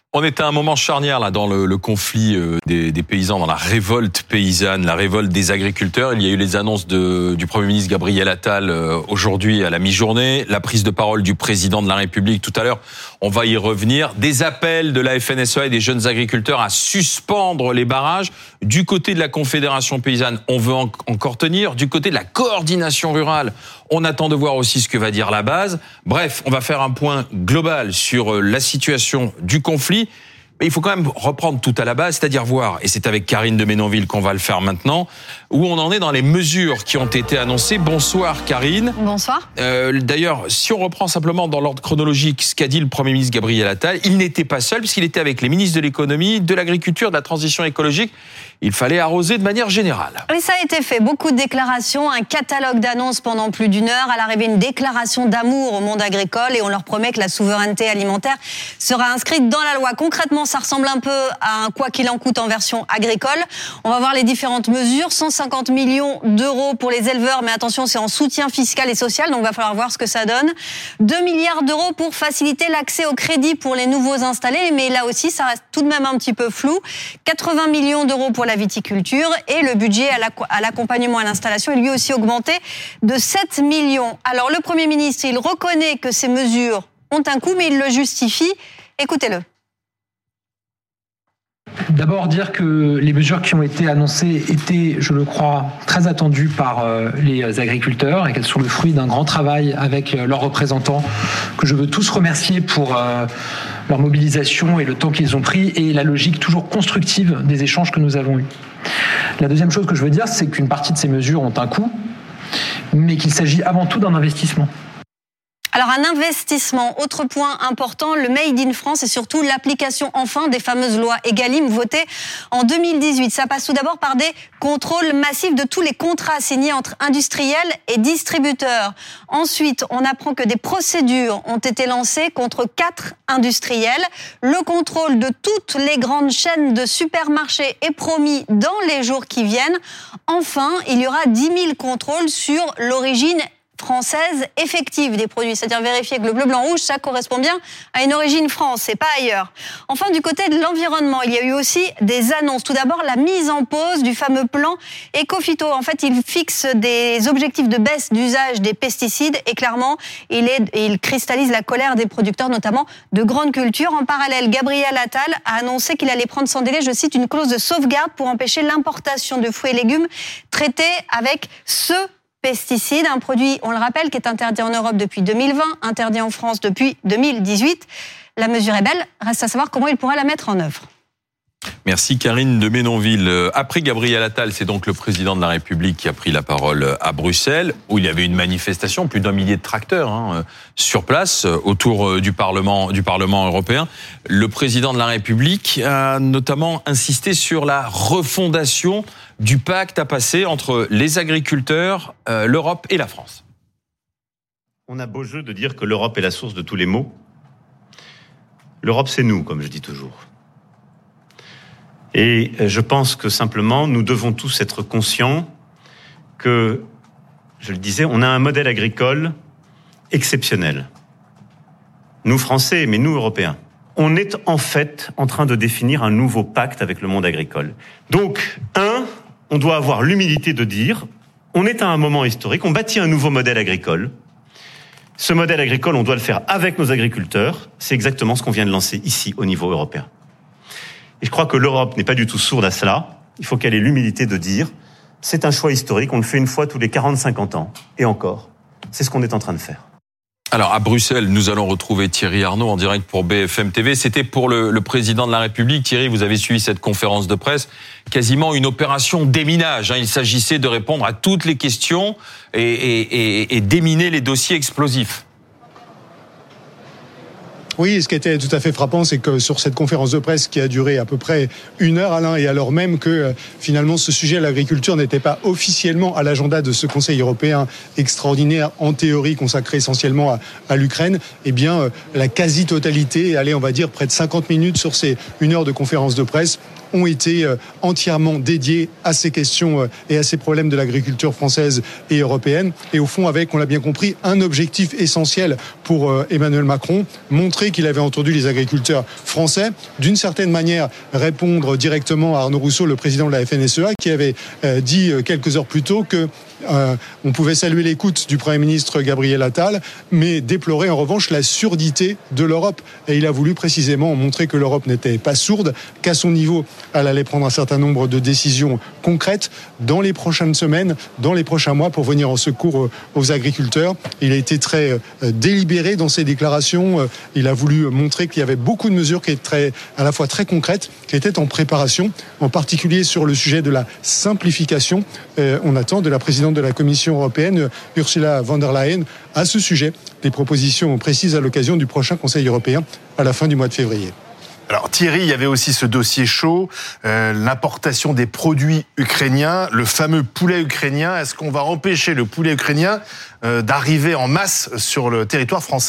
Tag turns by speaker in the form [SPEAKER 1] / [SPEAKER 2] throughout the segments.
[SPEAKER 1] On est à un moment charnière là dans le conflit des paysans, dans la révolte paysanne, la révolte des agriculteurs. Il y a eu les annonces du Premier ministre Gabriel Attal aujourd'hui à la mi-journée, la prise de parole du président de la République tout à l'heure. On va y revenir. Des appels de la FNSEA et des jeunes agriculteurs à suspendre les barrages. Du côté de la Confédération paysanne, on veut encore tenir. Du côté de la coordination rurale, on attend de voir aussi ce que va dire la base. Bref, on va faire un point global sur la situation du conflit. Mais il faut quand même reprendre tout à la base, c'est-à-dire voir, et c'est avec Karine de Ménonville qu'on va le faire maintenant, où on en est dans les mesures qui ont été annoncées. Bonsoir Karine.
[SPEAKER 2] Bonsoir.
[SPEAKER 1] D'ailleurs, si on reprend simplement dans l'ordre chronologique ce qu'a dit le Premier ministre Gabriel Attal, il n'était pas seul puisqu'il était avec les ministres de l'économie, de l'agriculture, de la transition écologique. Il fallait arroser de manière générale.
[SPEAKER 2] Oui, ça a été fait. Beaucoup de déclarations, un catalogue d'annonces pendant plus d'une heure. À l'arrivée, une déclaration d'amour au monde agricole et on leur promet que la souveraineté alimentaire sera inscrite dans la loi. Concrètement, ça ressemble un peu à un quoi qu'il en coûte en version agricole. On va voir les différentes mesures. 150 millions d'euros pour les éleveurs, mais attention, c'est en soutien fiscal et social, donc il va falloir voir ce que ça donne. 2 milliards d'euros pour faciliter l'accès au crédit pour les nouveaux installés, mais là aussi, ça reste tout de même un petit peu flou. 80 millions d'euros pour la viticulture et le budget à l'accompagnement à l'installation est lui aussi augmenté de 7 millions. Alors le Premier ministre, il reconnaît que ces mesures ont un coût, mais il le justifie. Écoutez-le.
[SPEAKER 3] D'abord dire que les mesures qui ont été annoncées étaient, je le crois, très attendues par les agriculteurs et qu'elles sont le fruit d'un grand travail avec leurs représentants que je veux tous remercier pour leur mobilisation et le temps qu'ils ont pris et la logique toujours constructive des échanges que nous avons eus. La deuxième chose que je veux dire, c'est qu'une partie de ces mesures ont un coût, mais qu'il s'agit avant tout d'un investissement.
[SPEAKER 2] Alors un investissement, autre point important, le Made in France et surtout l'application enfin des fameuses lois Egalim votées en 2018. Ça passe tout d'abord par des contrôles massifs de tous les contrats signés entre industriels et distributeurs. Ensuite, on apprend que des procédures ont été lancées contre 4 industriels. Le contrôle de toutes les grandes chaînes de supermarchés est promis dans les jours qui viennent. Enfin, il y aura 10 000 contrôles sur l'origine française effective des produits, c'est-à-dire vérifier que le bleu, blanc, rouge, ça correspond bien à une origine France et pas ailleurs. Enfin, du côté de l'environnement, il y a eu aussi des annonces. Tout d'abord, la mise en pause du fameux plan Éco-Phyto. En fait, il fixe des objectifs de baisse d'usage des pesticides et clairement, il cristallise la colère des producteurs, notamment de grandes cultures. En parallèle, Gabriel Attal a annoncé qu'il allait prendre sans délai, je cite, une clause de sauvegarde pour empêcher l'importation de fruits et légumes traités avec ce pesticides, un produit, on le rappelle, qui est interdit en Europe depuis 2020, interdit en France depuis 2018. La mesure est belle, reste à savoir comment il pourra la mettre en œuvre.
[SPEAKER 1] Merci Karine de Ménonville. Après Gabriel Attal, c'est donc le président de la République qui a pris la parole à Bruxelles, où il y avait une manifestation, plus d'1 millier de tracteurs sur place, autour du Parlement européen. Le président de la République a notamment insisté sur la refondation du pacte à passer entre les agriculteurs, l'Europe et la France.
[SPEAKER 4] On a beau jeu de dire que l'Europe est la source de tous les maux. L'Europe, c'est nous, comme je dis toujours. Et je pense que simplement, nous devons tous être conscients que, je le disais, on a un modèle agricole exceptionnel. Nous, Français, mais nous, Européens. On est en fait en train de définir un nouveau pacte avec le monde agricole. Donc, on doit avoir l'humilité de dire, on est à un moment historique, on bâtit un nouveau modèle agricole. Ce modèle agricole, on doit le faire avec nos agriculteurs. C'est exactement ce qu'on vient de lancer ici, au niveau européen. Et je crois que l'Europe n'est pas du tout sourde à cela. Il faut qu'elle ait l'humilité de dire, c'est un choix historique, on le fait une fois tous les 40-50 ans. Et encore, c'est ce qu'on est en train de faire.
[SPEAKER 1] Alors à Bruxelles, nous allons retrouver Thierry Arnaud en direct pour BFM TV. C'était pour le président de la République. Thierry, vous avez suivi cette conférence de presse, quasiment une opération déminage. Il s'agissait de répondre à toutes les questions et déminer les dossiers explosifs.
[SPEAKER 5] Oui, ce qui était tout à fait frappant, c'est que sur cette conférence de presse qui a duré à peu près 1 heure, Alain, et alors même que finalement ce sujet, l'agriculture, n'était pas officiellement à l'agenda de ce Conseil européen extraordinaire, en théorie consacré essentiellement à l'Ukraine, eh bien la quasi-totalité, allez, on va dire près de 50 minutes sur ces 1 heure de conférence de presse, ont été entièrement dédiés à ces questions et à ces problèmes de l'agriculture française et européenne. Et au fond, avec, on l'a bien compris, un objectif essentiel pour Emmanuel Macron, montrer qu'il avait entendu les agriculteurs français, d'une certaine manière répondre directement à Arnaud Rousseau, le président de la FNSEA, qui avait dit quelques heures plus tôt que on pouvait saluer l'écoute du Premier ministre Gabriel Attal, mais déplorer en revanche la surdité de l'Europe. Et il a voulu précisément montrer que l'Europe n'était pas sourde, qu'à son niveau, elle allait prendre un certain nombre de décisions concrètes dans les prochaines semaines, dans les prochains mois, pour venir en secours aux agriculteurs. Il a été très délibéré dans ses déclarations. Il a voulu montrer qu'il y avait beaucoup de mesures qui étaient à la fois très concrètes, qui étaient en préparation, en particulier sur le sujet de la simplification. On attend de la présidente de la Commission européenne, Ursula von der Leyen, à ce sujet, des propositions précises à l'occasion du prochain Conseil européen à la fin du mois de février.
[SPEAKER 6] Alors Thierry, il y avait aussi ce dossier chaud, l'importation des produits ukrainiens, le fameux poulet ukrainien. Est-ce qu'on va empêcher le poulet ukrainien d'arriver en masse sur le territoire français ?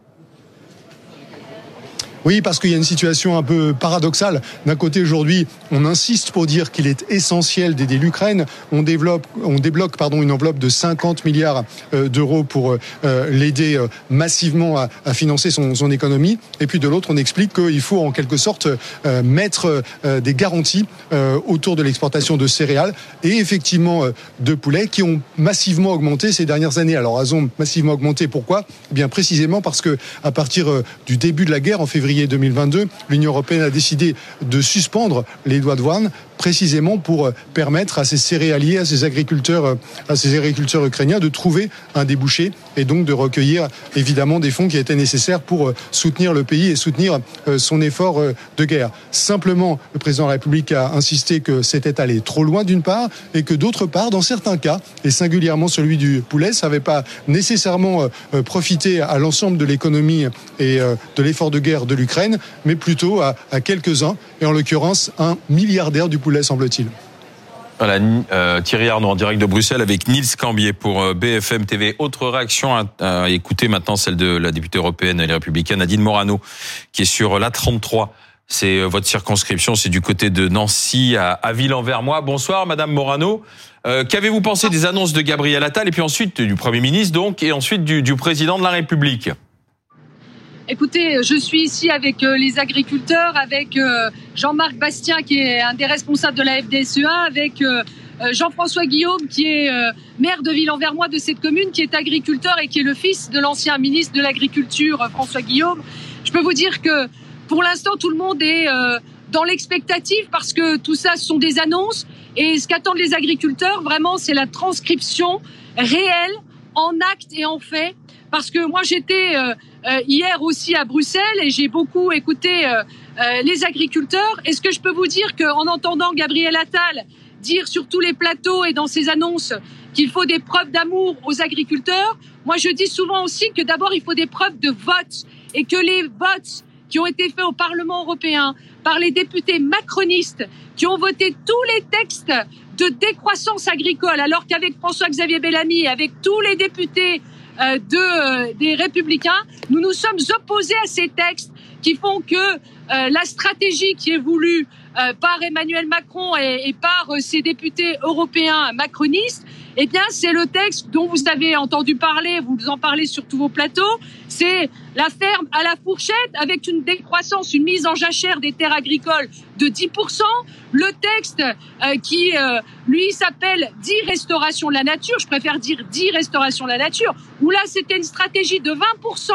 [SPEAKER 5] Oui, parce qu'il y a une situation un peu paradoxale. D'un côté, aujourd'hui, on insiste pour dire qu'il est essentiel d'aider l'Ukraine. On débloque une enveloppe de 50 milliards d'euros pour l'aider massivement à financer son économie. Et puis de l'autre, on explique qu'il faut en quelque sorte mettre des garanties autour de l'exportation de céréales et effectivement de poulet qui ont massivement augmenté ces dernières années. Alors, elles ont massivement augmenté. Pourquoi ? Eh bien, précisément parce que à partir du début de la guerre en février 2022, l'Union européenne a décidé de suspendre les droits de douane précisément pour permettre à ces céréaliers, à ces agriculteurs ukrainiens de trouver un débouché et donc de recueillir évidemment des fonds qui étaient nécessaires pour soutenir le pays et soutenir son effort de guerre. Simplement, le président de la République a insisté que c'était allé trop loin d'une part et que d'autre part, dans certains cas, et singulièrement celui du poulet, ça n'avait pas nécessairement profité à l'ensemble de l'économie et de l'effort de guerre de l'Ukraine, mais plutôt à quelques-uns, et en l'occurrence un milliardaire du poulet, semble-t-il.
[SPEAKER 1] Voilà, Thierry Arnaud en direct de Bruxelles avec Niels Cambier pour BFM TV. Autre réaction à écouter maintenant, celle de la députée européenne et républicaine Nadine Morano, qui est sur l'A33. C'est votre circonscription, c'est du côté de Nancy à Ville-en-Vermois. Bonsoir Madame Morano. Qu'avez-vous pensé des annonces de Gabriel Attal et puis ensuite du Premier ministre donc et ensuite du Président de la République ?
[SPEAKER 7] Écoutez, je suis ici avec les agriculteurs, avec Jean-Marc Bastien qui est un des responsables de la FDSEA, avec Jean-François Guillaume qui est maire de Ville-en-Vermois de cette commune, qui est agriculteur et qui est le fils de l'ancien ministre de l'Agriculture, François Guillaume. Je peux vous dire que pour l'instant, tout le monde est dans l'expectative parce que tout ça, ce sont des annonces. Et ce qu'attendent les agriculteurs, vraiment, c'est la transcription réelle, en actes et en faits. Parce que moi, j'étais hier aussi à Bruxelles et j'ai beaucoup écouté les agriculteurs. Est-ce que je peux vous dire qu'en entendant Gabriel Attal dire sur tous les plateaux et dans ses annonces qu'il faut des preuves d'amour aux agriculteurs, moi je dis souvent aussi que d'abord il faut des preuves de vote et que les votes qui ont été faits au Parlement européen par les députés macronistes qui ont voté tous les textes de décroissance agricole, alors qu'avec François-Xavier Bellamy, avec tous les députés des Républicains, nous nous sommes opposés à ces textes qui font que la stratégie qui est voulue par Emmanuel Macron et par ses députés européens macronistes, eh bien, c'est le texte dont vous avez entendu parler, vous en parlez sur tous vos plateaux, c'est la ferme à la fourchette avec une décroissance, une mise en jachère des terres agricoles de 10%. Le texte qui, lui, s'appelle « Dit restauration de la nature », je préfère dire « Dit restauration de la nature », où là, c'était une stratégie de 20%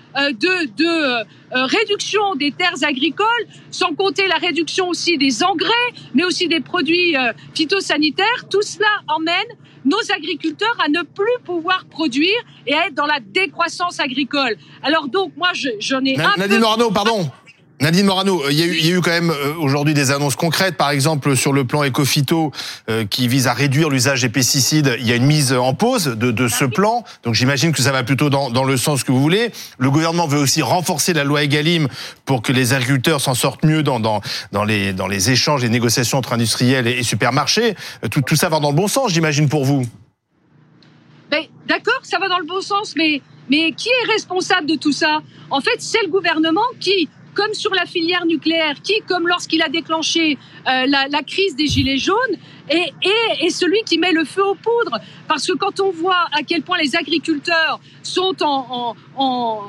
[SPEAKER 7] de réduction des terres agricoles, sans compter la réduction aussi des engrais, mais aussi des produits phytosanitaires. Tout cela emmène nos agriculteurs à ne plus pouvoir produire et à être dans la décroissance agricole. Alors donc, moi, j'en ai
[SPEAKER 6] Nadine Morano, pardon. Nadine Morano, il y a eu quand même aujourd'hui des annonces concrètes, par exemple sur le plan Éco-Phyto qui vise à réduire l'usage des pesticides. Il y a une mise en pause de ce plan, donc j'imagine que ça va plutôt dans le sens que vous voulez. Le gouvernement veut aussi renforcer la loi Egalim pour que les agriculteurs s'en sortent mieux dans les échanges, les négociations entre industriels et supermarchés. Tout ça va dans le bon sens, j'imagine, pour vous.
[SPEAKER 7] Ben, d'accord, ça va dans le bon sens, mais qui est responsable de tout ça ? En fait, c'est le gouvernement qui comme sur la filière nucléaire, qui, comme lorsqu'il a déclenché la crise des Gilets jaunes, est celui qui met le feu aux poudres. Parce que quand on voit à quel point les agriculteurs sont en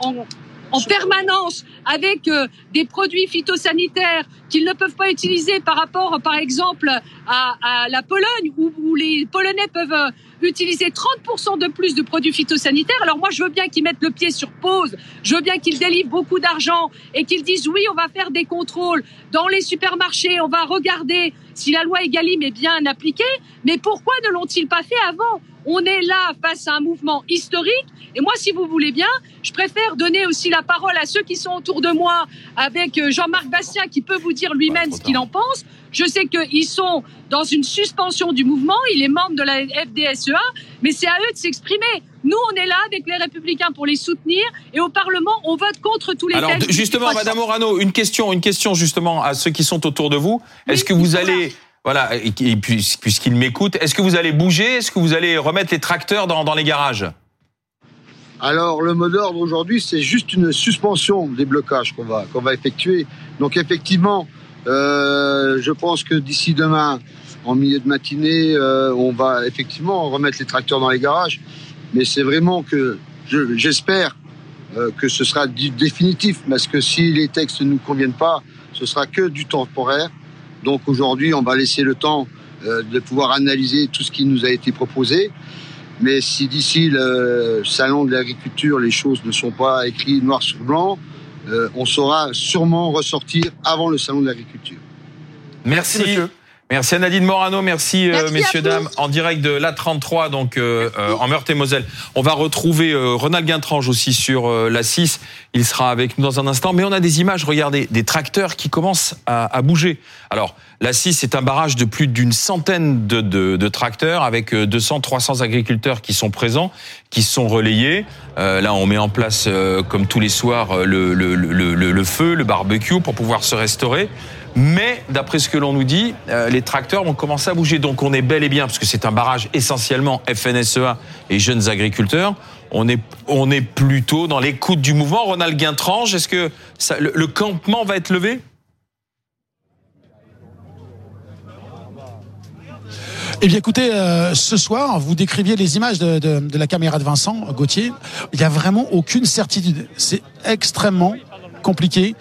[SPEAKER 7] permanence avec des produits phytosanitaires qu'ils ne peuvent pas utiliser par rapport, par exemple, à la Pologne, où les Polonais peuvent utiliser 30% de plus de produits phytosanitaires. Alors moi, je veux bien qu'ils mettent le pied sur pause, je veux bien qu'ils délivrent beaucoup d'argent et qu'ils disent oui, on va faire des contrôles dans les supermarchés, on va regarder si la loi Egalim est bien appliquée, mais pourquoi ne l'ont-ils pas fait avant ? On est là face à un mouvement historique. Et moi, si vous voulez bien, je préfère donner aussi la parole à ceux qui sont autour de moi, avec Jean-Marc Bastien, qui peut vous dire lui-même ce qu'il en pense. Je sais qu'ils sont dans une suspension du mouvement. Il est membre de la FDSEA, mais c'est à eux de s'exprimer. Nous, on est là avec les Républicains pour les soutenir. Et au Parlement, on vote contre tous les textes.
[SPEAKER 1] Alors, justement, Madame Morano, une question justement à ceux qui sont autour de vous. Est-ce que vous allez... Voilà, et puisqu'ils m'écoutent, est-ce que vous allez bouger ? Est-ce que vous allez remettre les tracteurs dans les garages ?
[SPEAKER 8] Alors, le mot d'ordre aujourd'hui, c'est juste une suspension des blocages qu'on va effectuer. Donc, effectivement, je pense que d'ici demain, en milieu de matinée, on va effectivement remettre les tracteurs dans les garages. Mais c'est vraiment que j'espère que ce sera définitif, parce que si les textes ne nous conviennent pas, ce sera que du temporaire. Donc aujourd'hui, on va laisser le temps de pouvoir analyser tout ce qui nous a été proposé. Mais si d'ici le salon de l'agriculture, les choses ne sont pas écrites noir sur blanc, on saura sûrement ressortir avant le salon de l'agriculture.
[SPEAKER 1] Merci. Merci à Nadine Morano, merci messieurs, dames, en direct de l'A33, donc en Meurthe-et-Moselle. On va retrouver Ronald Guintrange aussi sur l'A6, il sera avec nous dans un instant, mais on a des images, regardez, des tracteurs qui commencent à bouger. Alors, l'A6 c'est un barrage de plus d'une centaine de tracteurs, avec 200-300 agriculteurs qui sont présents, qui sont relayés. Là, on met en place, comme tous les soirs, le feu, le barbecue pour pouvoir se restaurer. Mais, d'après ce que l'on nous dit, les tracteurs vont commencer à bouger. Donc on est bel et bien, parce que c'est un barrage essentiellement FNSEA et jeunes agriculteurs, on est plutôt dans l'écoute du mouvement. Ronald Guintrange, est-ce que le campement va être levé ?
[SPEAKER 9] Eh bien, écoutez, ce soir, vous décriviez les images de la caméra de Vincent Gauthier. Il n'y a vraiment aucune certitude. C'est extrêmement compliqué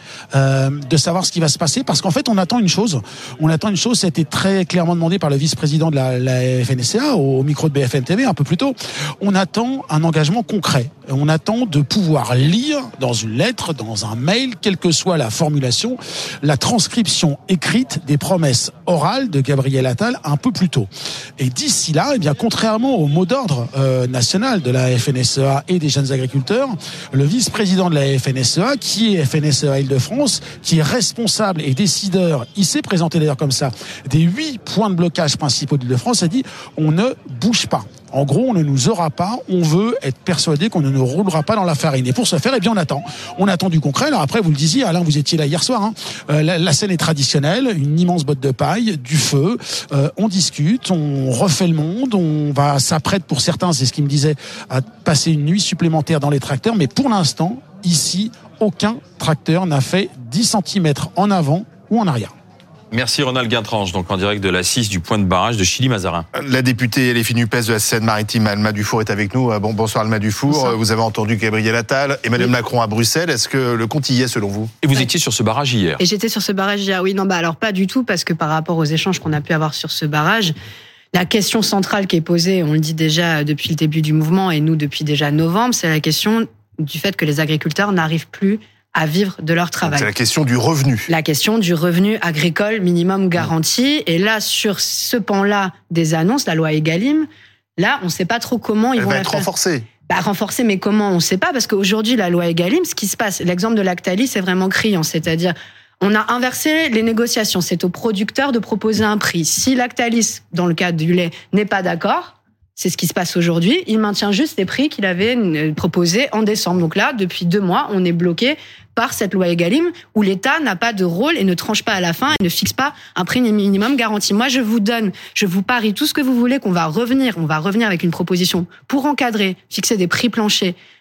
[SPEAKER 9] de savoir ce qui va se passer, parce qu'en fait on attend une chose, ça a été très clairement demandé par le vice-président de la FNSEA au micro de BFM TV un peu plus tôt. On attend un engagement concret, on attend de pouvoir lire dans une lettre, dans un mail, quelle que soit la formulation, la transcription écrite des promesses orales de Gabriel Attal un peu plus tôt. Et d'ici là, eh bien, contrairement au mot d'ordre national de la FNSEA et des jeunes agriculteurs, le vice-président de la FNSEA, qui est FNSEA Île-de-France, qui est responsable et décideur, il s'est présenté d'ailleurs comme ça, des 8 points de blocage principaux d'Île-de-France, a dit on ne bouge pas. En gros, on ne nous aura pas, on veut être persuadé qu'on ne nous roulera pas dans la farine. Et pour ce faire, eh bien, on attend du concret. Alors après, vous le disiez, Alain, vous étiez là hier soir, hein. La scène est traditionnelle, une immense botte de paille, du feu, on discute, on refait le monde, on va s'apprête pour certains, c'est ce qu'il me disait, à passer une nuit supplémentaire dans les tracteurs. Mais pour l'instant, ici, aucun tracteur n'a fait 10 cm en avant ou en arrière.
[SPEAKER 1] Merci Ronald Guintrange, donc en direct de l'A6 du point de barrage de Chilly-Mazarin.
[SPEAKER 6] La députée LFI NUPES de la Seine-Maritime, Alma Dufour, est avec nous. Bonsoir Alma Dufour. Bonsoir. Vous avez entendu Gabriel Attal, Emmanuel Macron à Bruxelles. Est-ce que le compte y est selon vous ?
[SPEAKER 1] Et vous étiez sur ce barrage hier ?
[SPEAKER 10] Et j'étais sur ce barrage hier, oui. Non, alors pas du tout, parce que par rapport aux échanges qu'on a pu avoir sur ce barrage, la question centrale qui est posée, on le dit déjà depuis le début du mouvement et nous depuis déjà novembre, c'est la question du fait que les agriculteurs n'arrivent plus à vivre de leur travail.
[SPEAKER 6] C'est la question du revenu.
[SPEAKER 10] La question du revenu agricole minimum garanti. Et là, sur ce pan-là des annonces, la loi Egalim, là, on ne sait pas trop comment ils vont la faire. Elle va être
[SPEAKER 6] renforcée.
[SPEAKER 10] Renforcée, mais comment, on ne sait pas, parce qu'aujourd'hui, la loi Egalim, ce qui se passe, l'exemple de Lactalis, c'est vraiment criant, c'est-à-dire, on a inversé les négociations. C'est au producteur de proposer un prix. Si Lactalis, dans le cas du lait, n'est pas d'accord, c'est ce qui se passe aujourd'hui, il maintient juste les prix qu'il avait proposés en décembre. Donc là, depuis 2 mois, on est bloqué par cette loi Egalim où l'État n'a pas de rôle et ne tranche pas à la fin et ne fixe pas un prix minimum garanti. Moi, je vous parie tout ce que vous voulez qu'on va revenir avec une proposition pour encadrer, fixer des prix planchers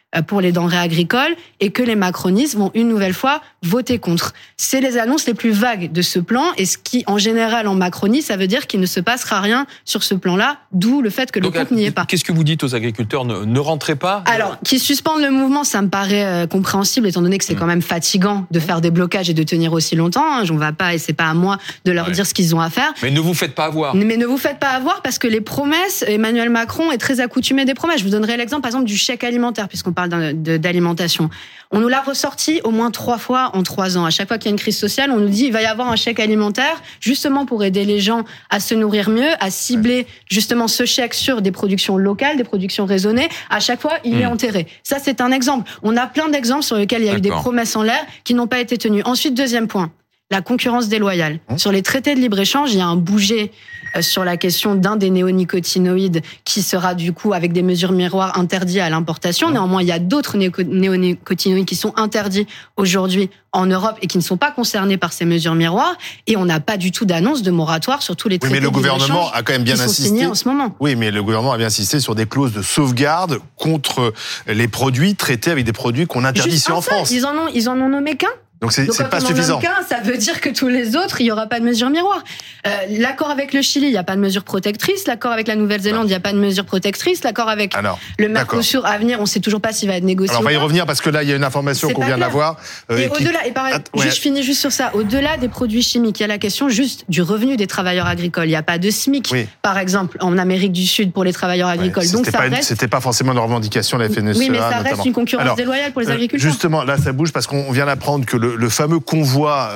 [SPEAKER 10] pour les denrées agricoles et que les macronistes vont une nouvelle fois voter contre. C'est les annonces les plus vagues de ce plan et ce qui, en général, en Macronie, ça veut dire qu'il ne se passera rien sur ce plan-là, d'où le fait que le compte n'y est pas.
[SPEAKER 1] Qu'est-ce que vous dites aux agriculteurs ? Ne rentrez pas ?
[SPEAKER 10] Alors, qu'ils suspendent le mouvement, ça me paraît compréhensible, étant donné que c'est quand même fatigant de faire des blocages et de tenir aussi longtemps. On va pas, et c'est pas à moi de leur dire ce qu'ils ont à faire.
[SPEAKER 1] Mais ne vous faites pas avoir.
[SPEAKER 10] Mais ne vous faites pas avoir parce que les promesses, Emmanuel Macron est très accoutumé des promesses. Je vous donnerai l'exemple, par exemple, du chèque alimentaire, puisqu'on parle d'alimentation. On nous l'a ressorti au moins 3 fois en 3 ans. À chaque fois qu'il y a une crise sociale, on nous dit il va y avoir un chèque alimentaire, justement pour aider les gens à se nourrir mieux, à cibler justement ce chèque sur des productions locales, des productions raisonnées. À chaque fois, il est enterré. Ça, c'est un exemple. On a plein d'exemples sur lesquels il y a eu des promesses en l'air qui n'ont pas été tenues. Ensuite, deuxième point, la concurrence déloyale. Sur les traités de libre-échange, il y a un bouger sur la question d'un des néonicotinoïdes qui sera du coup avec des mesures miroirs interdits à l'importation. Néanmoins, il y a d'autres néonicotinoïdes qui sont interdits aujourd'hui en Europe et qui ne sont pas concernés par ces mesures miroirs. Et on n'a pas du tout d'annonce de moratoire sur tous les traités de libre-échange.
[SPEAKER 6] Mais le gouvernement a quand même bien insisté
[SPEAKER 10] en ce moment.
[SPEAKER 6] Oui, mais le gouvernement a bien insisté sur des clauses de sauvegarde contre les produits traités avec des produits qu'on interdit ici en France.
[SPEAKER 10] Ils en ont nommé qu'un.
[SPEAKER 6] Donc c'est pas suffisant.
[SPEAKER 10] Ça veut dire que tous les autres, il n'y aura pas de mesure miroir. L'accord avec le Chili, il n'y a pas de mesure protectrice. L'accord avec la Nouvelle-Zélande, il n'y a pas de mesure protectrice. L'accord avec le Mercosur à venir, on ne sait toujours pas s'il va être négocié.
[SPEAKER 6] Alors on va y revenir parce que là, il y a une information qu'on vient d'avoir.
[SPEAKER 10] Et au-delà, je finis juste sur ça. Au-delà des produits chimiques, il y a la question juste du revenu des travailleurs agricoles. Il n'y a pas de SMIC, par exemple, en Amérique du Sud pour les travailleurs agricoles. Donc
[SPEAKER 6] c'était pas forcément une revendication de la FNSEA.
[SPEAKER 10] Oui, mais ça reste une concurrence déloyale pour les agriculteurs.
[SPEAKER 6] Justement, là, ça bouge parce qu'on vient d'apprendre que le fameux convoi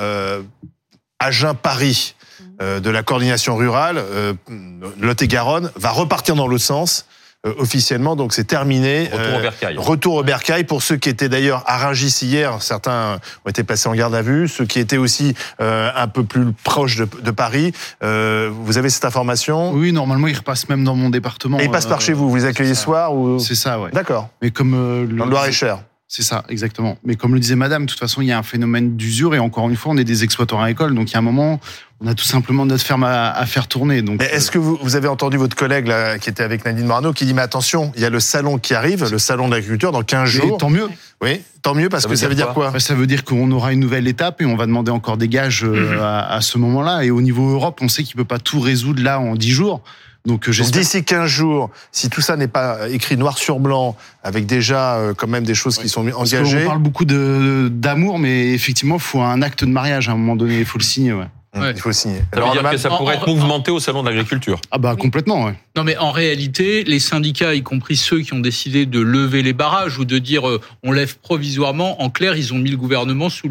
[SPEAKER 6] Agen-Paris de la coordination rurale, Lot-et-Garonne, va repartir dans l'autre sens. Officiellement, donc c'est terminé.
[SPEAKER 1] Retour au bercail.
[SPEAKER 6] Retour au bercail pour ceux qui étaient d'ailleurs à Rungis hier. Certains ont été placés en garde à vue. Ceux qui étaient aussi un peu plus proches de Paris. Vous avez cette information ?
[SPEAKER 11] Oui, normalement, ils repassent même dans mon département.
[SPEAKER 6] Et ils passent par chez vous. Vous les accueillez ce soir ou...
[SPEAKER 11] C'est ça, ouais.
[SPEAKER 6] D'accord.
[SPEAKER 11] Mais comme
[SPEAKER 6] dans le Loir-et-Cher.
[SPEAKER 11] C'est ça, exactement. Mais comme le disait madame, de toute façon, il y a un phénomène d'usure et encore une fois, on est des exploitants agricoles. Donc, il y a un moment, on a tout simplement notre ferme à faire tourner. Donc,
[SPEAKER 6] est-ce que vous avez entendu votre collègue là, qui était avec Nadine Morano qui dit, mais attention, il y a le salon qui arrive, le salon de l'agriculture dans 15 jours.
[SPEAKER 11] Et tant mieux.
[SPEAKER 6] Oui, tant mieux parce que ça veut dire quoi ?
[SPEAKER 11] Ça veut dire qu'on aura une nouvelle étape et on va demander encore des gages à ce moment-là. Et au niveau Europe, on sait qu'il peut pas tout résoudre là en 10 jours. Donc
[SPEAKER 6] d'ici 15 jours, si tout ça n'est pas écrit noir sur blanc, avec déjà quand même des choses qui sont engagées.
[SPEAKER 11] On parle beaucoup d'amour, mais effectivement, il faut un acte de mariage à un moment donné, il faut le signer.
[SPEAKER 6] Il faut le signer.
[SPEAKER 1] Ça veut dire que ça pourrait être mouvementé au salon de l'agriculture.
[SPEAKER 11] Ah bah complètement, ouais.
[SPEAKER 12] Non mais en réalité, les syndicats, y compris ceux qui ont décidé de lever les barrages ou de dire on lève provisoirement, en clair, ils ont mis le gouvernement sous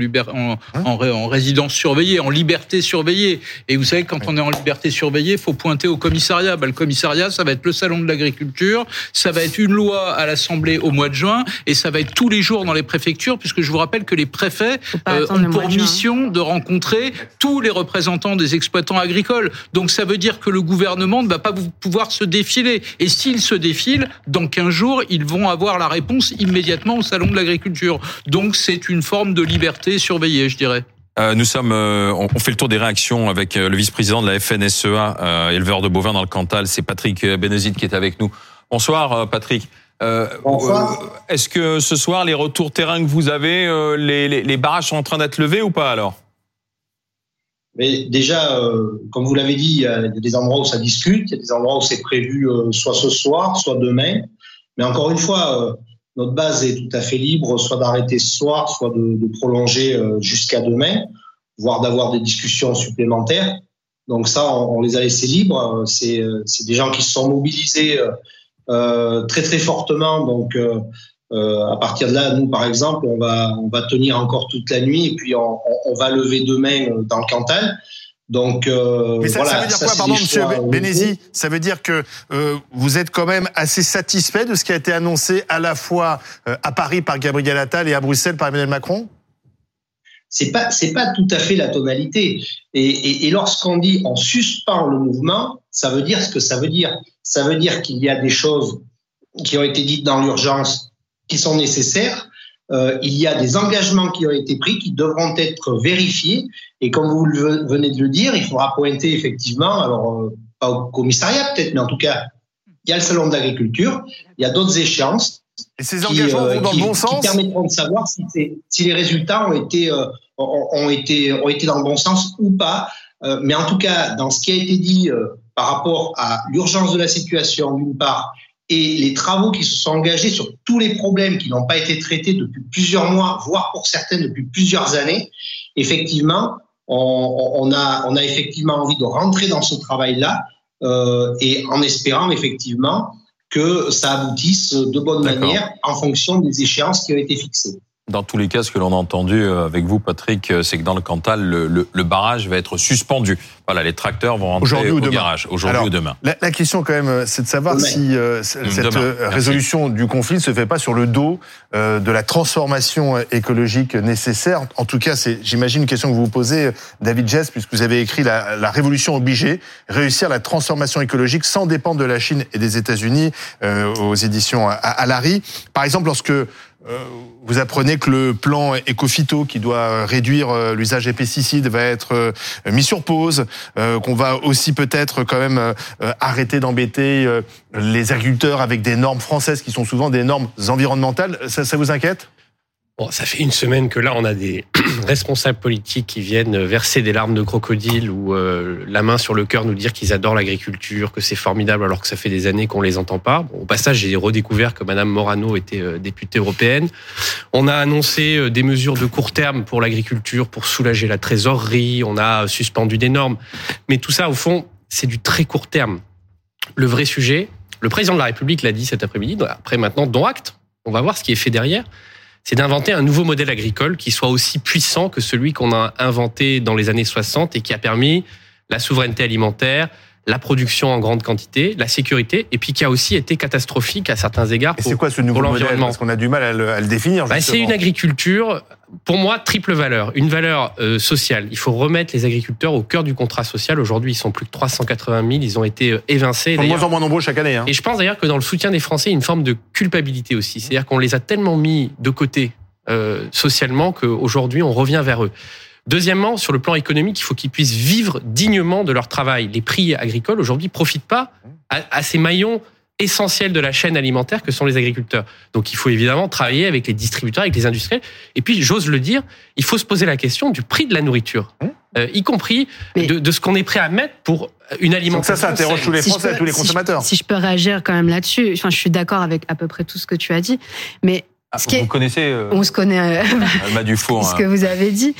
[SPEAKER 12] en résidence surveillée, en liberté surveillée. Et vous savez, quand on est en liberté surveillée, il faut pointer au commissariat. Le commissariat, ça va être le salon de l'agriculture, ça va être une loi à l'Assemblée au mois de juin, et ça va être tous les jours dans les préfectures, puisque je vous rappelle que les préfets ont pour mission de rencontrer tous les représentants des exploitants agricoles. Donc ça veut dire que le gouvernement ne va pas pouvoir se défiler. Et s'ils se défilent, dans 15 jours, ils vont avoir la réponse immédiatement au salon de l'agriculture. Donc c'est une forme de liberté surveillée, je dirais.
[SPEAKER 1] Nous sommes, on fait le tour des réactions avec le vice-président de la FNSEA, éleveur de bovins dans le Cantal. C'est Patrick Bénézide qui est avec nous. Bonsoir Patrick.
[SPEAKER 13] Bonsoir.
[SPEAKER 1] Est-ce que ce soir, les retours terrain que vous avez, les barrages sont en train d'être levés ou pas alors ?
[SPEAKER 13] Mais déjà, comme vous l'avez dit, il y a des endroits où ça discute, il y a des endroits où c'est prévu soit ce soir, soit demain. Mais encore une fois, notre base est tout à fait libre, soit d'arrêter ce soir, soit de prolonger jusqu'à demain, voire d'avoir des discussions supplémentaires. Donc ça, on les a laissés libres. C'est des gens qui se sont mobilisés très très fortement. Donc à partir de là, nous par exemple, on va tenir encore toute la nuit et puis on va lever demain dans le Cantal. Donc
[SPEAKER 6] mais ça veut dire quoi, pardon, monsieur Bénézide ? Ça veut dire que vous êtes quand même assez satisfait de ce qui a été annoncé à la fois à Paris par Gabriel Attal et à Bruxelles par Emmanuel Macron ?
[SPEAKER 13] C'est pas tout à fait la tonalité. Et lorsqu'on dit on suspend le mouvement, ça veut dire ce que ça veut dire. Ça veut dire qu'il y a des choses qui ont été dites dans l'urgence qui sont nécessaires. Il y a des engagements qui ont été pris, qui devront être vérifiés. Et comme vous venez de le dire, il faudra pointer effectivement, alors pas au commissariat peut-être, mais en tout cas, il y a le salon de l'agriculture, il y a d'autres échéances.
[SPEAKER 6] Et ces engagements vont dans le bon sens.
[SPEAKER 13] Qui permettront de savoir si les résultats ont été dans le bon sens ou pas. Mais en tout cas, dans ce qui a été dit par rapport à l'urgence de la situation, d'une part, et les travaux qui se sont engagés sur tous les problèmes qui n'ont pas été traités depuis plusieurs mois, voire pour certains depuis plusieurs années, effectivement, on a effectivement envie de rentrer dans ce travail-là et en espérant effectivement que ça aboutisse de bonne manière en fonction des échéances qui ont été fixées.
[SPEAKER 1] Dans tous les cas, ce que l'on a entendu avec vous, Patrick, c'est que dans le Cantal, le barrage va être suspendu. Voilà, les tracteurs vont rentrer au garage, aujourd'hui ou demain.
[SPEAKER 6] La question, quand même, c'est de savoir si cette résolution du conflit ne se fait pas sur le dos de la transformation écologique nécessaire. En tout cas, c'est, j'imagine, une question que vous vous posez, David Jess, puisque vous avez écrit la révolution obligée, réussir la transformation écologique sans dépendre de la Chine et des États-Unis, aux éditions Alary. Par exemple, lorsque vous apprenez que le plan Ecophyto, qui doit réduire l'usage des pesticides, va être mis sur pause, qu'on va aussi peut-être quand même arrêter d'embêter les agriculteurs avec des normes françaises qui sont souvent des normes environnementales. Ça vous inquiète ?
[SPEAKER 14] Bon, ça fait une semaine que là, on a des responsables politiques qui viennent verser des larmes de crocodile ou la main sur le cœur nous dire qu'ils adorent l'agriculture, que c'est formidable alors que ça fait des années qu'on les entend pas. Bon, au passage, j'ai redécouvert que Madame Morano était députée européenne. On a annoncé des mesures de court terme pour l'agriculture, pour soulager la trésorerie. On a suspendu des normes. Mais tout ça, au fond, c'est du très court terme. Le vrai sujet, le président de la République l'a dit cet après-midi, après maintenant, dont acte, on va voir ce qui est fait derrière, c'est d'inventer un nouveau modèle agricole qui soit aussi puissant que celui qu'on a inventé dans les années 60 et qui a permis la souveraineté alimentaire, la production en grande quantité, la sécurité, et puis qui a aussi été catastrophique à certains égards pour l'environnement.
[SPEAKER 6] Et c'est quoi ce nouveau modèle ? Parce qu'on a du mal à le définir, justement.
[SPEAKER 14] C'est une agriculture, pour moi, triple valeur. Une valeur sociale. Il faut remettre les agriculteurs au cœur du contrat social. Aujourd'hui, ils sont plus de 380 000. Ils ont été évincés.
[SPEAKER 6] Ils sont de moins en moins nombreux chaque année.
[SPEAKER 14] Et je pense d'ailleurs que dans le soutien des Français, il y a une forme de culpabilité aussi. C'est-à-dire qu'on les a tellement mis de côté socialement qu'aujourd'hui, on revient vers eux. Deuxièmement, sur le plan économique, il faut qu'ils puissent vivre dignement de leur travail. Les prix agricoles, aujourd'hui, profitent pas à ces maillons essentiels de la chaîne alimentaire que sont les agriculteurs. Donc, il faut évidemment travailler avec les distributeurs, avec les industriels. Et puis, j'ose le dire, il faut se poser la question du prix de la nourriture, y compris de ce qu'on est prêt à mettre pour une alimentation.
[SPEAKER 6] Donc ça interroge tous les Français, tous les consommateurs.
[SPEAKER 10] Si je peux réagir quand même là-dessus, enfin, je suis d'accord avec à peu près tout ce que tu as dit, mais
[SPEAKER 1] vous connaissez
[SPEAKER 10] on se connaît
[SPEAKER 1] Alma Dufour,
[SPEAKER 10] ce que vous avez dit.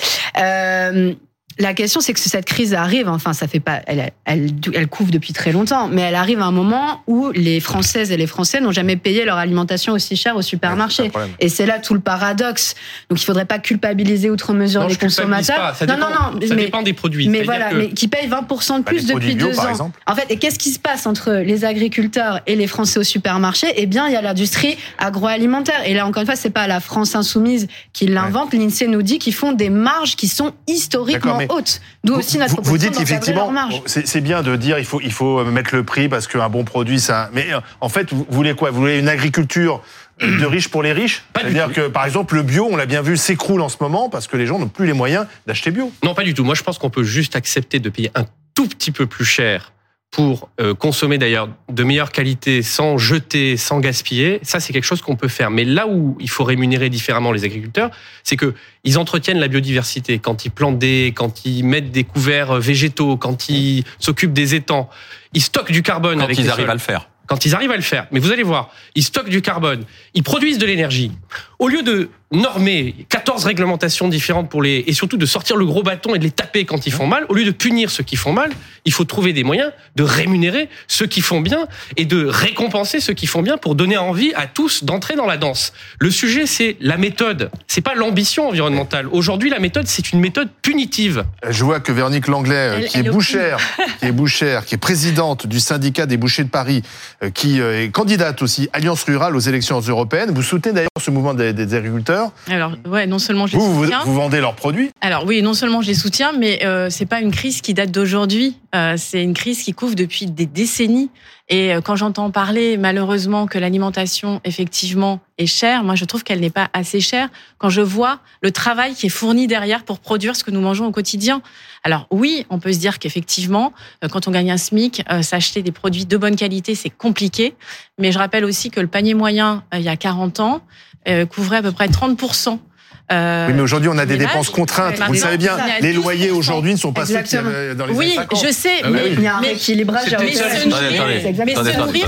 [SPEAKER 10] La question, c'est que cette crise arrive, enfin, ça fait pas, elle couvre depuis très longtemps, mais elle arrive à un moment où les Françaises et les Français n'ont jamais payé leur alimentation aussi chère au supermarché. Et c'est là tout le paradoxe. Donc, il faudrait pas culpabiliser outre mesure les consommateurs.
[SPEAKER 14] Ça dépend des produits.
[SPEAKER 10] Mais voilà, mais qui payent 20% de plus depuis 2 ans. En fait, et qu'est-ce qui se passe entre les agriculteurs et les Français au supermarché? Eh bien, il y a l'industrie agroalimentaire. Et là, encore une fois, c'est pas la France insoumise qui l'invente. L'INSEE nous dit qu'ils font des marges qui sont historiquement haute. D'où aussi notre
[SPEAKER 6] vous dites effectivement, c'est bien de dire il faut mettre le prix parce qu'un bon produit, ça. Mais en fait, vous voulez quoi ? Vous voulez une agriculture de riches pour les riches ? C'est-à-dire que, par exemple, le bio, on l'a bien vu, s'écroule en ce moment parce que les gens n'ont plus les moyens d'acheter bio.
[SPEAKER 14] Non, pas du tout. Moi, je pense qu'on peut juste accepter de payer un tout petit peu plus cher pour consommer d'ailleurs de meilleure qualité, sans jeter, sans gaspiller. Ça, c'est quelque chose qu'on peut faire. Mais là où il faut rémunérer différemment les agriculteurs, c'est que ils entretiennent la biodiversité. Quand ils plantent quand ils mettent des couverts végétaux, quand ils s'occupent des étangs, ils stockent du carbone
[SPEAKER 1] quand ils arrivent à le faire.
[SPEAKER 14] Quand ils arrivent à le faire. Mais vous allez voir, ils stockent du carbone, ils produisent de l'énergie. Au lieu de normer 14 réglementations différentes et surtout de sortir le gros bâton et de les taper quand ils font mal, au lieu de punir ceux qui font mal, il faut trouver des moyens de rémunérer ceux qui font bien et de récompenser ceux qui font bien pour donner envie à tous d'entrer dans la danse. Le sujet, c'est la méthode. C'est pas l'ambition environnementale. Aujourd'hui, la méthode, c'est une méthode punitive.
[SPEAKER 6] Je vois que Véronique Langlais, qui est bouchère, qui est présidente du syndicat des bouchers de Paris, qui est candidate aussi Alliance Rurale aux élections européennes. Vous soutenez d'ailleurs ce mouvement des agriculteurs.
[SPEAKER 15] Alors, ouais, non seulement je les soutiens.
[SPEAKER 6] Vous vendez leurs produits.
[SPEAKER 15] Alors oui, non seulement je les soutiens, mais c'est pas une crise qui date d'aujourd'hui.
[SPEAKER 10] C'est une crise qui couvre depuis des décennies. Et quand j'entends parler, malheureusement, que l'alimentation, effectivement, est chère, moi, je trouve qu'elle n'est pas assez chère quand je vois le travail qui est fourni derrière pour produire ce que nous mangeons au quotidien. Alors oui, on peut se dire qu'effectivement, quand on gagne un SMIC, s'acheter des produits de bonne qualité, c'est compliqué. Mais je rappelle aussi que le panier moyen, il y a 40 ans, couvrait à peu près 30%.
[SPEAKER 6] Oui, mais aujourd'hui, on a des dépenses contraintes. Vous le savez bien, les loyers aujourd'hui ne sont pas ceux qu'il y avait dans les années 50.
[SPEAKER 10] Oui, je sais, mais
[SPEAKER 2] il y a un rééquilibrage.
[SPEAKER 10] Mais se nourrir,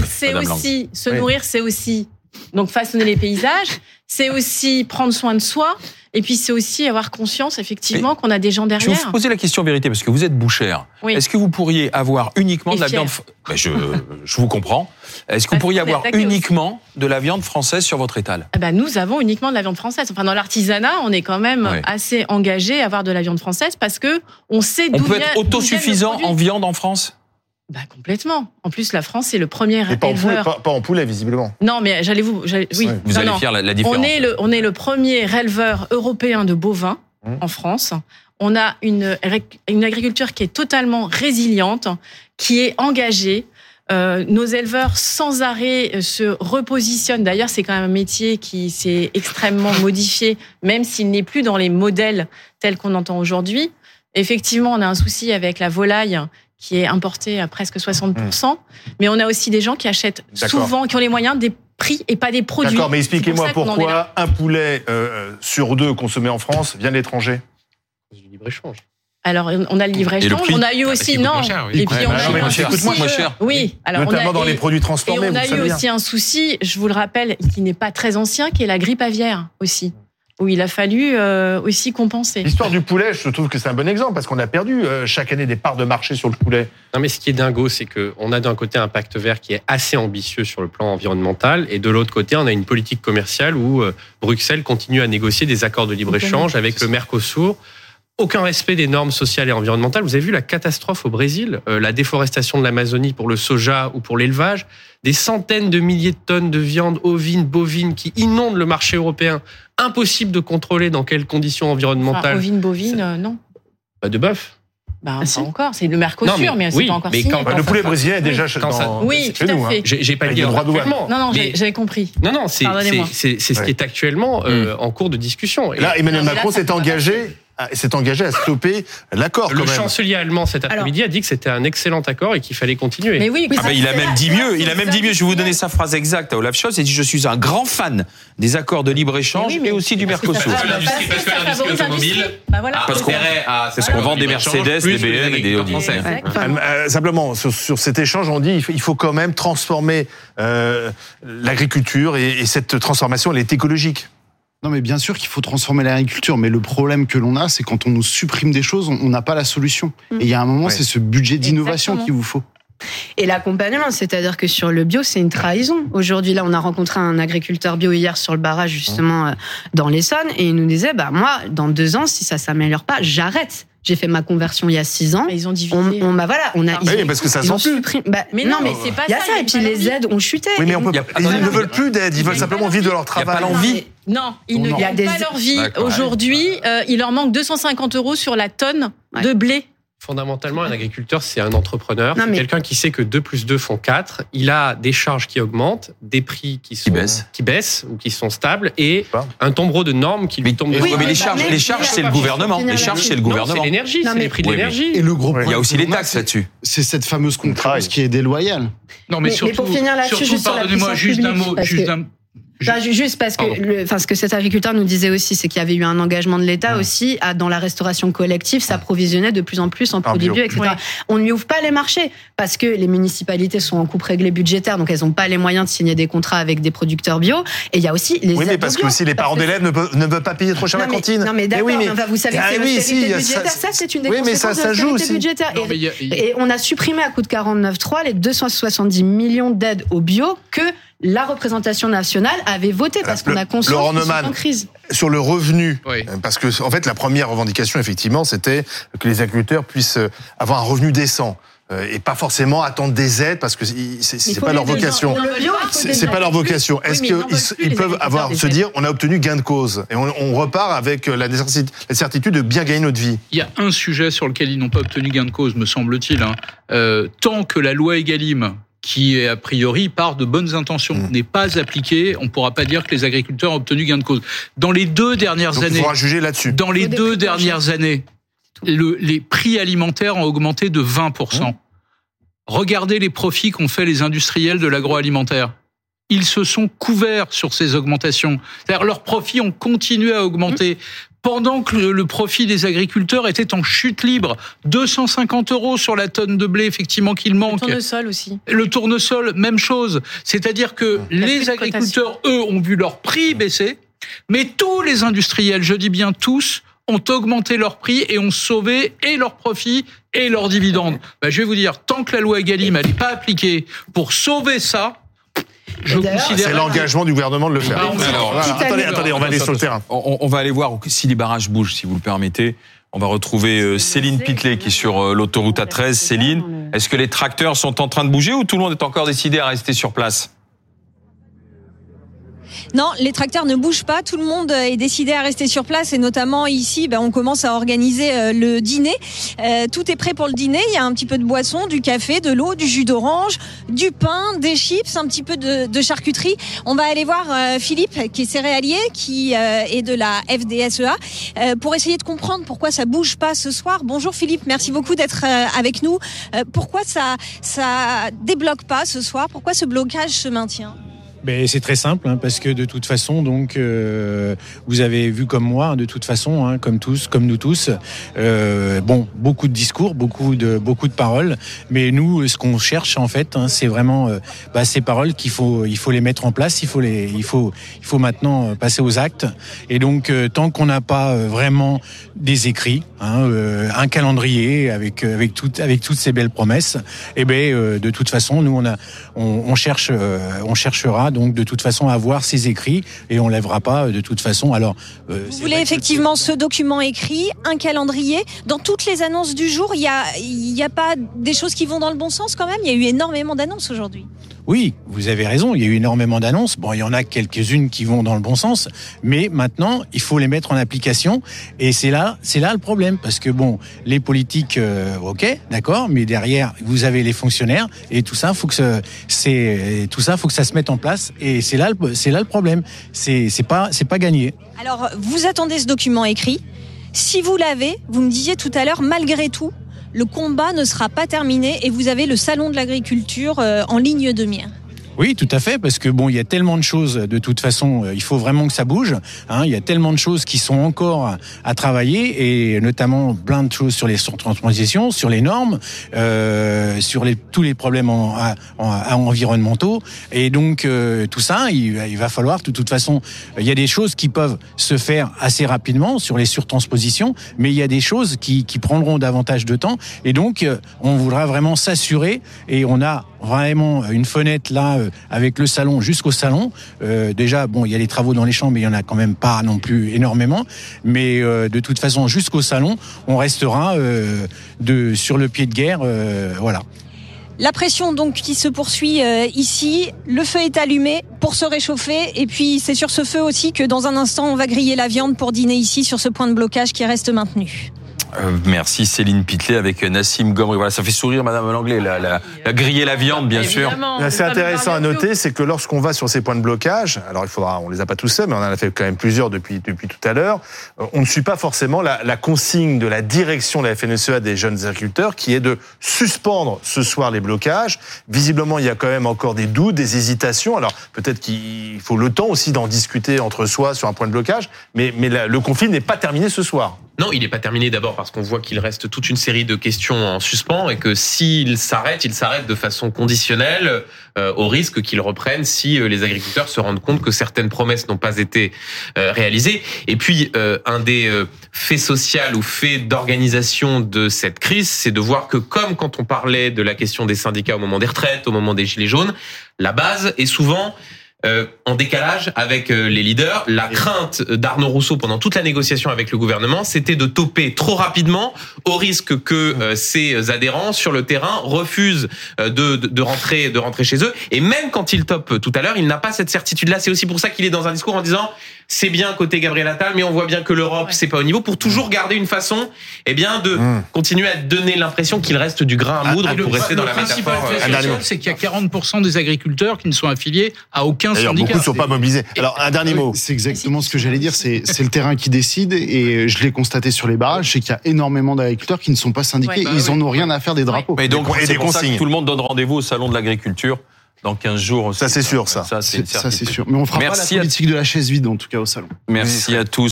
[SPEAKER 10] c'est aussi donc façonner les paysages, c'est aussi prendre soin de soi, et puis c'est aussi avoir conscience, effectivement, qu'on a des gens derrière.
[SPEAKER 1] Je vais vous poser la question vérité, parce que vous êtes bouchère. Oui. Est-ce que vous pourriez avoir uniquement de la viande... Je vous comprends. Est-ce que vous pourriez avoir uniquement de la viande française sur votre étal ?
[SPEAKER 10] Nous avons uniquement de la viande française. Enfin, dans l'artisanat, on est quand même assez engagé à avoir de la viande française, parce que on sait d'où vient...
[SPEAKER 1] On peut être autosuffisant en viande en France ?
[SPEAKER 10] Complètement. En plus, la France, c'est le premier éleveur.
[SPEAKER 6] Pas en poulet, visiblement.
[SPEAKER 10] Non, mais oui.
[SPEAKER 1] Vous allez faire la différence.
[SPEAKER 10] On est le premier éleveur européen de bovins en France. On a une agriculture qui est totalement résiliente, qui est engagée. Nos éleveurs, sans arrêt, se repositionnent. D'ailleurs, c'est quand même un métier qui s'est extrêmement modifié, même s'il n'est plus dans les modèles tels qu'on entend aujourd'hui. Effectivement, on a un souci avec la volaille, qui est importé à presque 60%. Mais on a aussi des gens qui achètent souvent, qui ont les moyens des prix et pas des produits.
[SPEAKER 6] D'accord, mais expliquez-moi pourquoi un poulet sur 2 consommé en France vient de l'étranger ?
[SPEAKER 14] Du libre-échange.
[SPEAKER 10] Alors, on a le libre-échange, on a eu aussi... Non,
[SPEAKER 6] et puis
[SPEAKER 1] ça coûte moins cher.
[SPEAKER 10] Oui, alors
[SPEAKER 6] notamment dans les produits transformés.
[SPEAKER 10] Et on a eu aussi un souci, je vous le rappelle, qui n'est pas très ancien, qui est la grippe aviaire aussi, où il a fallu aussi compenser.
[SPEAKER 6] L'histoire du poulet, je trouve que c'est un bon exemple, parce qu'on a perdu chaque année des parts de marché sur le poulet.
[SPEAKER 14] Non, mais ce qui est dingo, c'est qu'on a d'un côté un pacte vert qui est assez ambitieux sur le plan environnemental, et de l'autre côté, on a une politique commerciale où Bruxelles continue à négocier des accords de libre-échange avec le Mercosur. Aucun respect des normes sociales et environnementales. Vous avez vu la catastrophe au Brésil, la déforestation de l'Amazonie pour le soja ou pour l'élevage, des centaines de milliers de tonnes de viande ovine, bovine qui inondent le marché européen. Impossible de contrôler dans quelles conditions environnementales.
[SPEAKER 10] Ovine, bovine, non.
[SPEAKER 14] De bœuf.
[SPEAKER 10] Pas encore, c'est le Mercosur, mais c'est pas encore signé.
[SPEAKER 6] Le poulet brésilien est déjà chez
[SPEAKER 10] nous.
[SPEAKER 14] J'ai pas dit actuellement.
[SPEAKER 10] Non, j'avais compris.
[SPEAKER 14] Non, c'est ce qui est actuellement en cours de discussion.
[SPEAKER 6] Et là, Emmanuel Macron s'est engagé à stopper l'accord.
[SPEAKER 14] Le chancelier allemand cet après-midi a dit que c'était un excellent accord et qu'il fallait continuer.
[SPEAKER 10] Mais oui,
[SPEAKER 1] il a même dit mieux. Je vais vous donner sa phrase exacte à Olaf Scholz. Il a dit: je suis un grand fan des accords de libre-échange et aussi du Mercosur.
[SPEAKER 14] Parce que l'industrie automobile
[SPEAKER 1] c'est ce qu'on vend des Mercedes, des BM et des Audi.
[SPEAKER 6] Simplement, sur cet échange, on dit il faut quand même transformer l'agriculture et cette transformation, elle est écologique.
[SPEAKER 11] Non, mais bien sûr qu'il faut transformer l'agriculture, mais le problème que l'on a, c'est quand on nous supprime des choses, on n'a pas la solution. Et il y a un moment, c'est ce budget d'innovation qu'il vous faut.
[SPEAKER 10] Et l'accompagnement, c'est-à-dire que sur le bio, c'est une trahison. Aujourd'hui, là, on a rencontré un agriculteur bio hier sur le barrage, justement, dans l'Essonne, et il nous disait, moi, dans 2 ans, si ça s'améliore pas, j'arrête. J'ai fait ma conversion il y a 6 ans. Ils ont divisé.
[SPEAKER 6] Parce que ça sent plus.
[SPEAKER 10] Mais non, mais c'est pas ça. Et puis les aides ont chuté.
[SPEAKER 6] Oui, mais ils ne veulent plus d'aide. Ils veulent simplement vivre de leur travail.
[SPEAKER 1] Il n'y a pas l'envie.
[SPEAKER 10] Non, ils ne gagnent pas leur vie. Aujourd'hui, il leur manque 250 € sur la tonne de blé.
[SPEAKER 14] Fondamentalement, un agriculteur, c'est un entrepreneur. C'est quelqu'un qui sait que 2 + 2 font 4. Il a des charges qui augmentent, des prix qui baissent ou qui sont stables, et un tombereau de normes qui lui tombent dessus.
[SPEAKER 1] Mais les charges, c'est le gouvernement. Les charges, c'est le gouvernement.
[SPEAKER 14] C'est l'énergie, c'est les prix de l'énergie.
[SPEAKER 11] Et le gros
[SPEAKER 1] il y a aussi les taxes là-dessus.
[SPEAKER 11] C'est cette fameuse concurrence qui est déloyale.
[SPEAKER 12] Non, mais surtout,
[SPEAKER 10] pour finir là-dessus,
[SPEAKER 12] pardonnez-moi, juste un mot.
[SPEAKER 10] Juste parce que ce que cet agriculteur nous disait aussi, c'est qu'il y avait eu un engagement de l'État aussi dans la restauration collective, s'approvisionner de plus en plus en produits bio, etc. On ne lui ouvre pas les marchés parce que les municipalités sont en coupe réglée budgétaire, donc elles n'ont pas les moyens de signer des contrats avec des producteurs bio. Et il y a aussi les aides.
[SPEAKER 6] Oui, mais parce que aussi les parents d'élèves ne veulent pas payer trop cher la cantine.
[SPEAKER 10] Non, mais d'accord. Vous savez que c'est l'austérité budgétaire. Ça, c'est une des conséquences de l'austérité budgétaire. Et on a supprimé à coup de 49.3 les 270 millions d'aides au bio que la représentation nationale avait voté parce qu'on a conscience qu'ils sont en crise.
[SPEAKER 6] Sur le revenu, parce que en fait la première revendication effectivement c'était que les agriculteurs puissent avoir un revenu décent. et pas forcément attendre des aides parce que c'est pas leur vocation. C'est pas leur vocation. Est-ce qu'ils peuvent se dire on a obtenu gain de cause et on repart avec la certitude de bien gagner notre vie?
[SPEAKER 12] Il y a un sujet sur lequel ils n'ont pas obtenu gain de cause, me semble-t-il. Tant que la loi Egalim, qui est a priori part de bonnes intentions, n'est pas appliquée, on ne pourra pas dire que les agriculteurs ont obtenu gain de cause. Dans les 2 dernières années,
[SPEAKER 6] il faudra juger là-dessus.
[SPEAKER 12] Dans les 2 dernières années, les prix alimentaires ont augmenté de 20%. Regardez les profits qu'ont fait les industriels de l'agroalimentaire. Ils se sont couverts sur ces augmentations. C'est-à-dire leurs profits ont continué à augmenter. Pendant que le profit des agriculteurs était en chute libre, 250 € sur la tonne de blé, effectivement, qu'il manque.
[SPEAKER 15] Le tournesol aussi.
[SPEAKER 12] Le tournesol, même chose. C'est-à-dire que les agriculteurs, eux, ont vu leur prix baisser, mais tous les industriels, je dis bien tous, ont augmenté leur prix et ont sauvé et leurs profits et leurs dividendes. Je vais vous dire, tant que la loi Egalim n'est pas appliquée pour sauver ça, je considère...
[SPEAKER 6] C'est l'engagement du gouvernement de le faire. Attendez, on va aller sur le terrain.
[SPEAKER 1] On va aller voir si les barrages bougent, si vous le permettez. On va retrouver Céline Pitlet qui est sur l'autoroute A13. Céline, est-ce que les tracteurs sont en train de bouger ou tout le monde est encore décidé à rester sur place ?
[SPEAKER 16] Non, les tracteurs ne bougent pas. Tout le monde est décidé à rester sur place et notamment ici, on commence à organiser le dîner. Tout est prêt pour le dîner. Il y a un petit peu de boisson, du café, de l'eau, du jus d'orange, du pain, des chips, un petit peu de charcuterie. On va aller voir Philippe, qui est céréalier, qui est de la FDSEA, pour essayer de comprendre pourquoi ça bouge pas ce soir. Bonjour Philippe, merci beaucoup d'être avec nous. Pourquoi ça débloque pas ce soir? Pourquoi ce blocage se maintient?
[SPEAKER 17] C'est très simple, parce que de toute façon, donc, vous avez vu comme moi, de toute façon, comme nous tous, beaucoup de discours, beaucoup de paroles, mais nous, ce qu'on cherche en fait, c'est vraiment ces paroles il faut les mettre en place, il faut maintenant passer aux actes, et donc tant qu'on n'a pas vraiment des écrits, un calendrier avec toutes ces belles promesses, de toute façon, nous on cherchera donc de toute façon à avoir ces écrits et on lèvera pas de toute façon. Alors,
[SPEAKER 16] vous voulez effectivement ce document écrit, un calendrier. Dans toutes les annonces du jour, il y a pas des choses qui vont dans le bon sens quand même. Il y a eu énormément d'annonces aujourd'hui.
[SPEAKER 17] Oui, vous avez raison, il y a eu énormément d'annonces. Il y en a quelques-unes qui vont dans le bon sens, mais maintenant, il faut les mettre en application et c'est là le problème parce que les politiques OK, d'accord, mais derrière, vous avez les fonctionnaires et tout ça faut que ça se mette en place et c'est là le problème. C'est pas gagné.
[SPEAKER 16] Alors, vous attendez ce document écrit. Si vous l'avez, vous me disiez tout à l'heure, malgré tout, le combat ne sera pas terminé et vous avez le salon de l'agriculture en ligne de mire.
[SPEAKER 17] Oui, tout à fait, parce que il y a tellement de choses, de toute façon, il faut vraiment que ça bouge. Il y a tellement de choses qui sont encore à travailler, et notamment plein de choses sur les transitions, sur les normes, sur tous les problèmes environnementaux. Et donc, tout ça, il va falloir, de toute façon, il y a des choses qui peuvent se faire assez rapidement sur les surtranspositions, mais il y a des choses qui prendront davantage de temps. Et donc, on voudra vraiment s'assurer, et on a vraiment une fenêtre là, avec le salon jusqu'au salon. Déjà, il y a les travaux dans les champs, mais il y en a quand même pas non plus énormément. Mais de toute façon, jusqu'au salon, on restera sur le pied de guerre. Voilà.
[SPEAKER 16] La pression donc qui se poursuit ici, le feu est allumé pour se réchauffer et puis c'est sur ce feu aussi que dans un instant on va griller la viande pour dîner ici sur ce point de blocage qui reste maintenu.
[SPEAKER 1] Merci Céline Pitlet avec Nassim Gomri. Voilà, ça fait sourire Madame Langlais, la griller la viande, bien sûr.
[SPEAKER 6] C'est intéressant à noter, c'est que lorsqu'on va sur ces points de blocage, alors on les a pas tous seuls, mais on en a fait quand même plusieurs depuis tout à l'heure, on ne suit pas forcément la consigne de la direction de la FNSEA des jeunes agriculteurs, qui est de suspendre ce soir les blocages. Visiblement, il y a quand même encore des doutes, des hésitations. Alors peut-être qu'il faut le temps aussi d'en discuter entre soi sur un point de blocage, mais le conflit n'est pas terminé ce soir.
[SPEAKER 14] Non, il n'est pas terminé d'abord parce qu'on voit qu'il reste toute une série de questions en suspens et que s'il s'arrête, il s'arrête de façon conditionnelle au risque qu'il reprenne si les agriculteurs se rendent compte que certaines promesses n'ont pas été réalisées. Et puis, un des faits sociaux ou faits d'organisation de cette crise, c'est de voir que comme quand on parlait de la question des syndicats au moment des retraites, au moment des gilets jaunes, la base est souvent
[SPEAKER 15] en décalage avec les leaders. La crainte d'Arnaud Rousseau pendant toute la négociation avec le gouvernement, c'était de toper trop rapidement au risque que ses adhérents sur le terrain refusent de rentrer chez eux. Et même quand il tope tout à l'heure, il n'a pas cette certitude-là. C'est aussi pour ça qu'il est dans un discours en disant c'est bien côté Gabriel Attal, mais on voit bien que l'Europe, c'est pas au niveau, pour toujours garder une façon, de continuer à donner l'impression qu'il reste du grain à moudre pour rester dans la métaphore.
[SPEAKER 12] Le principal, c'est qu'il y a 40% des agriculteurs qui ne sont affiliés à aucun syndicat.
[SPEAKER 6] Beaucoup ne sont pas mobilisés. Alors, un dernier mot.
[SPEAKER 11] C'est exactement ce que j'allais dire. C'est le terrain qui décide, et je l'ai constaté sur les barrages, c'est qu'il y a énormément d'agriculteurs qui ne sont pas syndiqués. Ils en ont rien à faire des drapeaux.
[SPEAKER 1] Et donc, c'est pour ça que tout le monde donne rendez-vous au salon de l'agriculture dans 15 jours. Aussi.
[SPEAKER 6] Ça, c'est sûr, ça.
[SPEAKER 11] Ça, c'est sûr. Mais on fera pas la politique de la chaise vide, en tout cas, au salon.
[SPEAKER 1] Merci à tous.